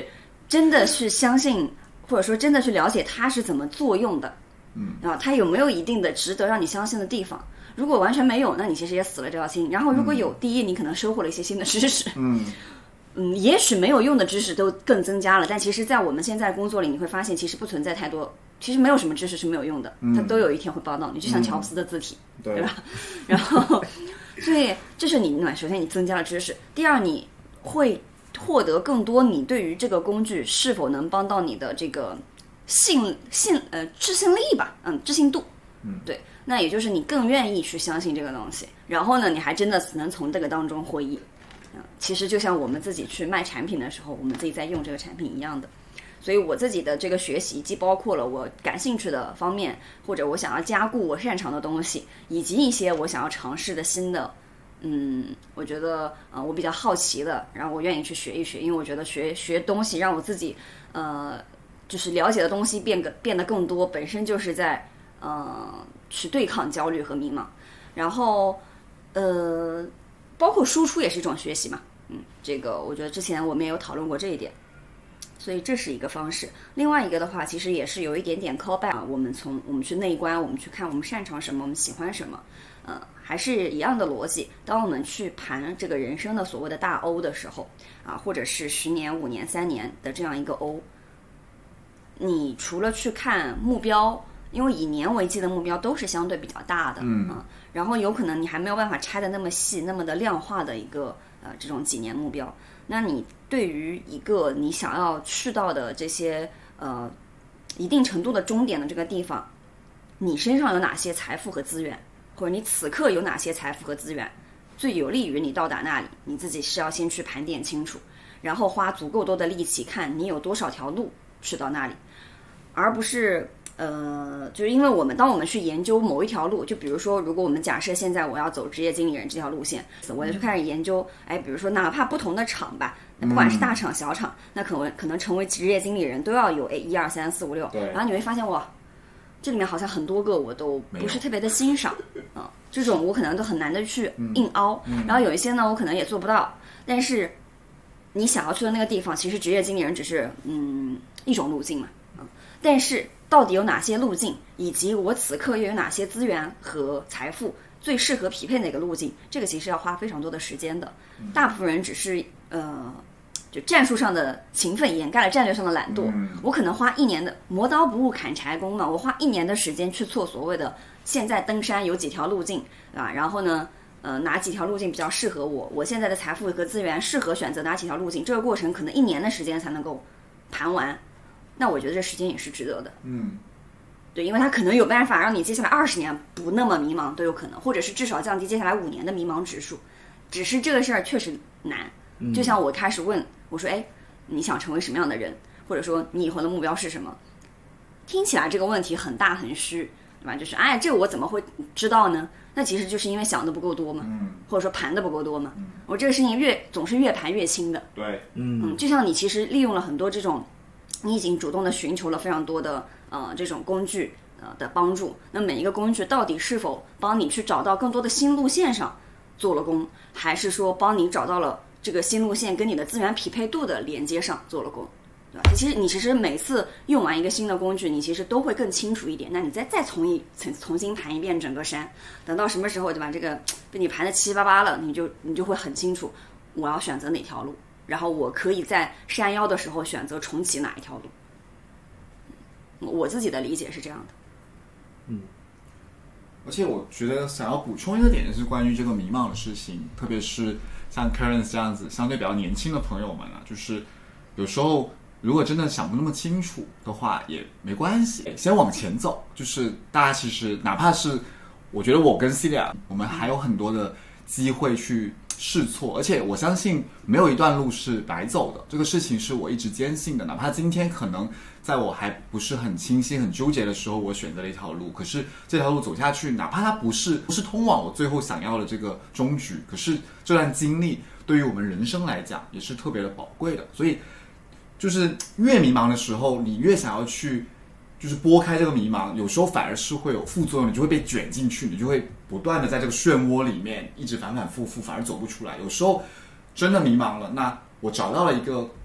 真的是相信，或者说真的去了解它是怎么作用的， 嗯， 啊，它有没有一定的值得让你相信的地方？如果完全没有，那你其实也死了这条心。然后如果有，嗯、第一，你可能收获了一些新的知识， 嗯嗯，也许没有用的知识都更增加了，但其实，在我们现在工作里，你会发现其实不存在太多，其实没有什么知识是没有用的， 嗯、 它都有一天会报到你，就像乔布斯的字体， 嗯、 对吧？然后，所以这是你，首先你增加了知识，第二你会获得更多你对于这个工具是否能帮到你的这个信信呃置信力吧，嗯，置信度， 嗯， 对。那也就是你更愿意去相信这个东西，然后呢，你还真的能从这个当中获益。嗯，其实就像我们自己去卖产品的时候，我们自己在用这个产品一样的。所以我自己的这个学习既包括了我感兴趣的方面，或者我想要加固我擅长的东西，以及一些我想要尝试的新的，嗯，我觉得呃我比较好奇的，然后我愿意去学一学，因为我觉得学学东西让我自己呃就是了解的东西变个变得更多，本身就是在呃。去对抗焦虑和迷茫，然后，呃，包括输出也是一种学习嘛，嗯，这个我觉得之前我们也有讨论过这一点，所以这是一个方式。另外一个的话，其实也是有一点点 callback 啊，我们从我们去内观，我们去看我们擅长什么，我们喜欢什么，呃，还是一样的逻辑。当我们去盘这个人生的所谓的大 O 的时候，啊，或者是十年、五年、三年的这样一个 O， 你除了去看目标。因为以年为计的目标都是相对比较大的， 嗯啊，然后有可能你还没有办法拆的那么细、那么的量化的一个呃这种几年目标，那你对于一个你想要去到的这些呃一定程度的终点的这个地方，你身上有哪些财富和资源，或者你此刻有哪些财富和资源，最有利于你到达那里，你自己是要先去盘点清楚，然后花足够多的力气看你有多少条路去到那里，而不是。呃，就是因为我们当我们去研究某一条路，就比如说，如果我们假设现在我要走职业经理人这条路线，我就开始研究，哎，比如说哪怕不同的厂吧，不管是大厂小厂，那可能可能成为职业经理人都要有哎一二三四五六，然后你会发现哇，这里面好像很多个我都不是特别的欣赏啊、呃，这种我可能都很难的去硬凹， 嗯嗯、 然后有一些呢我可能也做不到，但是你想要去的那个地方，其实职业经理人只是嗯一种路径嘛，啊、呃，但是。到底有哪些路径，以及我此刻又有哪些资源和财富最适合匹配哪个路径？这个其实要花非常多的时间的。大部分人只是呃，就战术上的勤奋掩盖了战略上的懒惰。我可能花一年的磨刀不误砍柴工嘛，我花一年的时间去做所谓的现在登山有几条路径，对吧？然后呢，呃，哪几条路径比较适合我？我现在的财富和资源适合选择哪几条路径？这个过程可能一年的时间才能够盘完。那我觉得这时间也是值得的， 嗯， 对，因为它可能有办法让你接下来二十年不那么迷茫都有可能，或者是至少降低接下来五年的迷茫指数。只是这个事儿确实难，就像我开始问我说，哎，你想成为什么样的人，或者说你以后的目标是什么？听起来这个问题很大很虚，对吧？就是哎，这个我怎么会知道呢？那其实就是因为想的不够多嘛， 嗯， 或者说盘的不够多嘛。 嗯， 我这个事情越总是越盘越轻的， 对， 嗯嗯，就像你其实利用了很多这种。你已经主动的寻求了非常多的呃这种工具呃的帮助，那每一个工具到底是否帮你去找到更多的新路线上做了功，还是说帮你找到了这个新路线跟你的资源匹配度的连接上做了功，对吧？其实你其实每次用完一个新的工具，你其实都会更清楚一点。那你再再从一重重新盘一遍整个山，等到什么时候对吧？这个被你盘的七七八八了，你就你就会很清楚我要选择哪条路。然后我可以在山腰的时候选择重启哪一条路，我自己的理解是这样的。 嗯， 而且我觉得想要补充一个点，就是关于这个迷茫的事情，特别是像 Karen 这样子相对比较年轻的朋友们啊，就是有时候如果真的想不那么清楚的话也没关系，先往前走。就是大家其实哪怕是我觉得我跟 Celia 我们还有很多的机会去试错，而且我相信没有一段路是白走的，这个事情是我一直坚信的。哪怕今天可能在我还不是很清晰很纠结的时候，我选择了一条路，可是这条路走下去，哪怕它不是不是通往我最后想要的这个终局，可是这段经历对于我们人生来讲也是特别的宝贵的。所以就是越迷茫的时候，你越想要去就是拨开这个迷茫，有时候反而是会有副作用，你就会被卷进去，你就会不断的在这个漩涡里面一直反反复复，反而走不出来。有时候真的迷茫了，那我找到了一个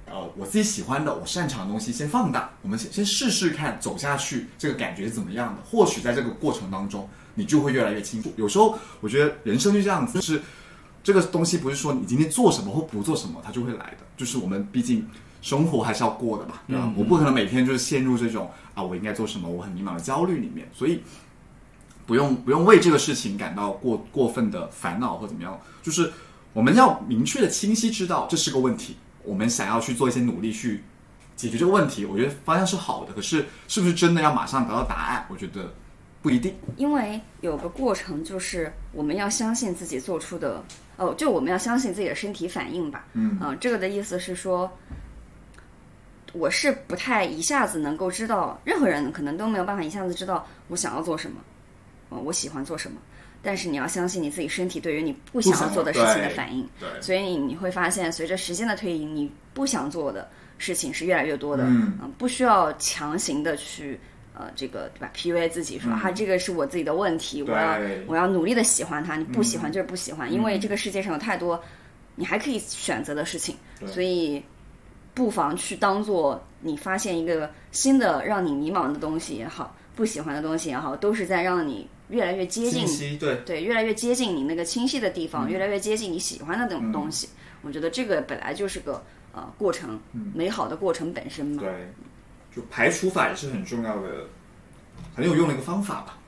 呃我自己喜欢的我擅长的东西先放大，我们先先试试看走下去这个感觉是怎么样的，或许在这个过程当中你就会越来越清楚。有时候我觉得人生就这样子，就是这个东西不是说你今天做什么或不做什么它就会来的，就是我们毕竟生活还是要过的嘛，对吧？嗯、我不可能每天就是陷入这种啊我应该做什么我很迷茫的焦虑里面，所以不用不用为这个事情感到过过分的烦恼或怎么样，就是我们要明确的清晰知道这是个问题，我们想要去做一些努力去解决这个问题，我觉得方向是好的，可是是不是真的要马上得到答案，我觉得不一定。 因为有个过程，就是我们要相信自己做出的，哦，就我们要相信自己的身体反应吧。嗯，呃、这个的意思是说，我是不太一下子能够知道，任何人可能都没有办法一下子知道我想要做什么，呃、我喜欢做什么。但是你要相信你自己身体对于你不想要做的事情的反应，所以你你会发现，随着时间的推移，你不想做的事情是越来越多的，嗯，呃、不需要强行的去呃这个对吧 P U A 自己说啊这个是我自己的问题，我要我要努力的喜欢它，你不喜欢就是不喜欢，嗯，因为这个世界上有太多你还可以选择的事情，所以不妨去当做你发现一个新的让你迷茫的东西也好，不喜欢的东西也好，都是在让你越来越接近， 对对，越来越接近你那个清晰的地方，嗯，越来越接近你喜欢的那种东西，嗯。我觉得这个本来就是个呃过程，嗯，美好的过程本身嘛。 对，就排除法也是很重要的，很有用的一个方法吧。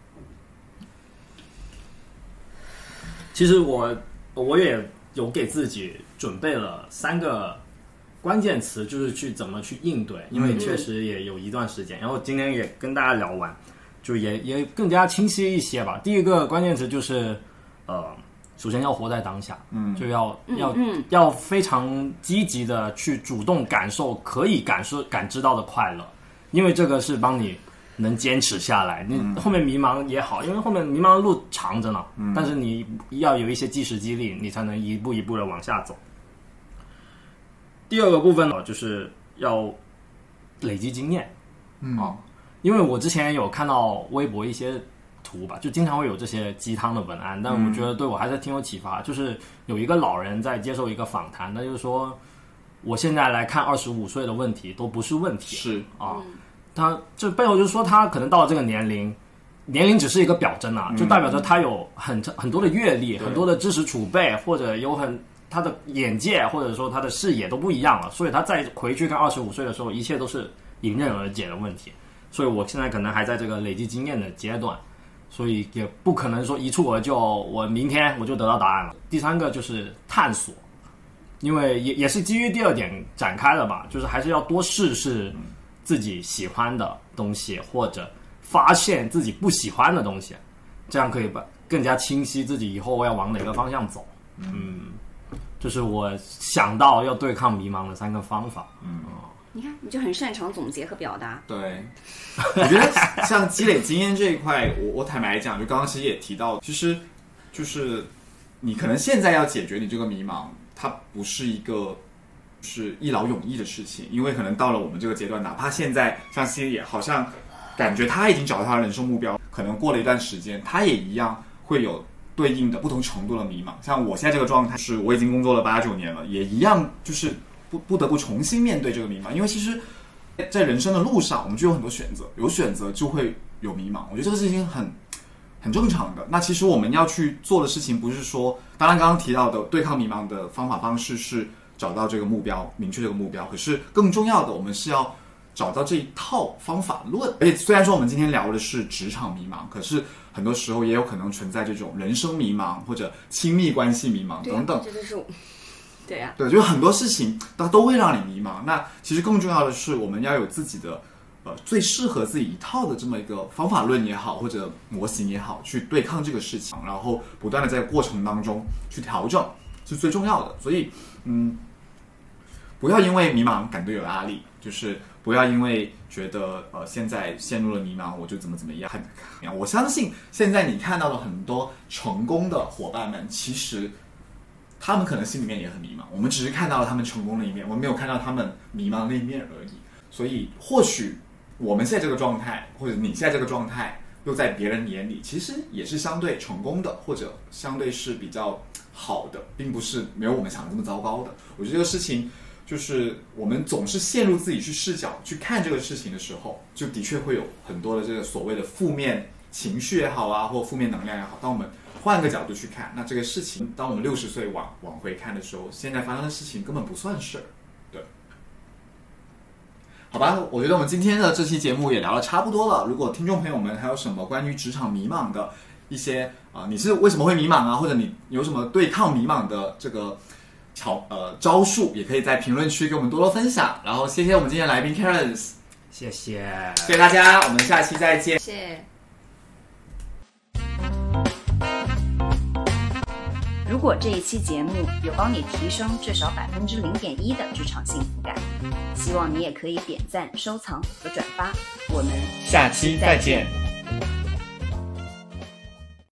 其实我我也有给自己准备了三个关键词，就是去怎么去应对，因为确实也有一段时间，然后今天也跟大家聊完。就也也更加清晰一些吧。第一个关键词就是，呃，首先要活在当下，嗯，就要要、嗯、要非常积极的去主动感受可以感受感知到的快乐，因为这个是帮你能坚持下来。你后面迷茫也好，因为后面迷茫的路长着呢，嗯，但是你要有一些即时激励，你才能一步一步的往下走。第二个部分呢，就是要累积经验，嗯啊。因为我之前有看到微博一些图吧，就经常会有这些鸡汤的文案，但我觉得对我还是挺有启发。嗯，就是有一个老人在接受一个访谈，他就是说，我现在来看二十五岁的问题都不是问题， 是啊，他这背后就是说他可能到了这个年龄，年龄只是一个表征啊，就代表着他有很很多的阅历，很多的知识储备，或者有很他的眼界，或者说他的视野都不一样了，所以他再回去看二十五岁的时候，一切都是迎刃而解的问题。所以我现在可能还在这个累积经验的阶段，所以也不可能说一蹴而就，我明天我就得到答案了。第三个就是探索，因为也也是基于第二点展开的吧，就是还是要多试试自己喜欢的东西，或者发现自己不喜欢的东西，这样可以把更加清晰自己以后要往哪个方向走。嗯，就是我想到要对抗迷茫的三个方法。嗯。 你看，你就很擅长总结和表达。 对，我觉得像积累经验这一块，我我坦白讲，就刚刚其实也提到，其实就是你可能现在要解决你这个迷茫，它不是一个是一劳永逸的事情，因为可能到了我们这个阶段，哪怕现在像 C 也好像感觉他已经找到他的人生目标，可能过了一段时间，他也一样会有对应的不同程度的迷茫。像我现在这个状态，是我已经工作了八九年了，也一样就是。不不得不重新面对这个迷茫，因为其实在人生的路上我们就有很多选择，有选择就会有迷茫，我觉得这个事情很很正常的。那其实我们要去做的事情不是说，当然刚刚提到的对抗迷茫的方法方式是找到这个目标，明确这个目标，可是更重要的我们是要找到这一套方法论。而且虽然说我们今天聊的是职场迷茫，可是很多时候也有可能存在这种人生迷茫或者亲密关系迷茫等等。 这就是我对呀、啊， 对，就是很多事情它都会让你迷茫。那其实更重要的是，我们要有自己的呃最适合自己一套的这么一个方法论也好，或者模型也好，去对抗这个事情，然后不断的在过程当中去调整，是最重要的。所以，嗯，不要因为迷茫感到有压力，就是不要因为觉得呃现在陷入了迷茫，我就怎么怎么样。很，我相信现在你看到了很多成功的伙伴们，其实。他们可能心里面也很迷茫，我们只是看到了他们成功的一面，我们没有看到他们迷茫的那一面而已。所以或许我们现在这个状态，或者你现在这个状态，又在别人眼里其实也是相对成功的，或者相对是比较好的，并不是没有我们想的这么糟糕的。我觉得这个事情就是我们总是陷入自己去视角去看这个事情的时候，就的确会有很多的这个所谓的负面情绪也好啊，或负面能量也好。当我们换个角度去看，那这个事情，当我们六十岁往往回看的时候，现在发生的事情根本不算事儿。对，好吧，我觉得我们今天的这期节目也聊得差不多了。如果听众朋友们还有什么关于职场迷茫的一些啊、呃，你是为什么会迷茫啊，或者你有什么对抗迷茫的这个巧呃招数，也可以在评论区给我们多多分享。然后谢谢我们今天的来宾 Karen， 谢谢， 谢谢大家，我们下期再见。 谢谢。如果这一期节目有帮你提升至少百分之零点一的职场幸福感，希望你也可以点赞、收藏和转发。我们下期再见。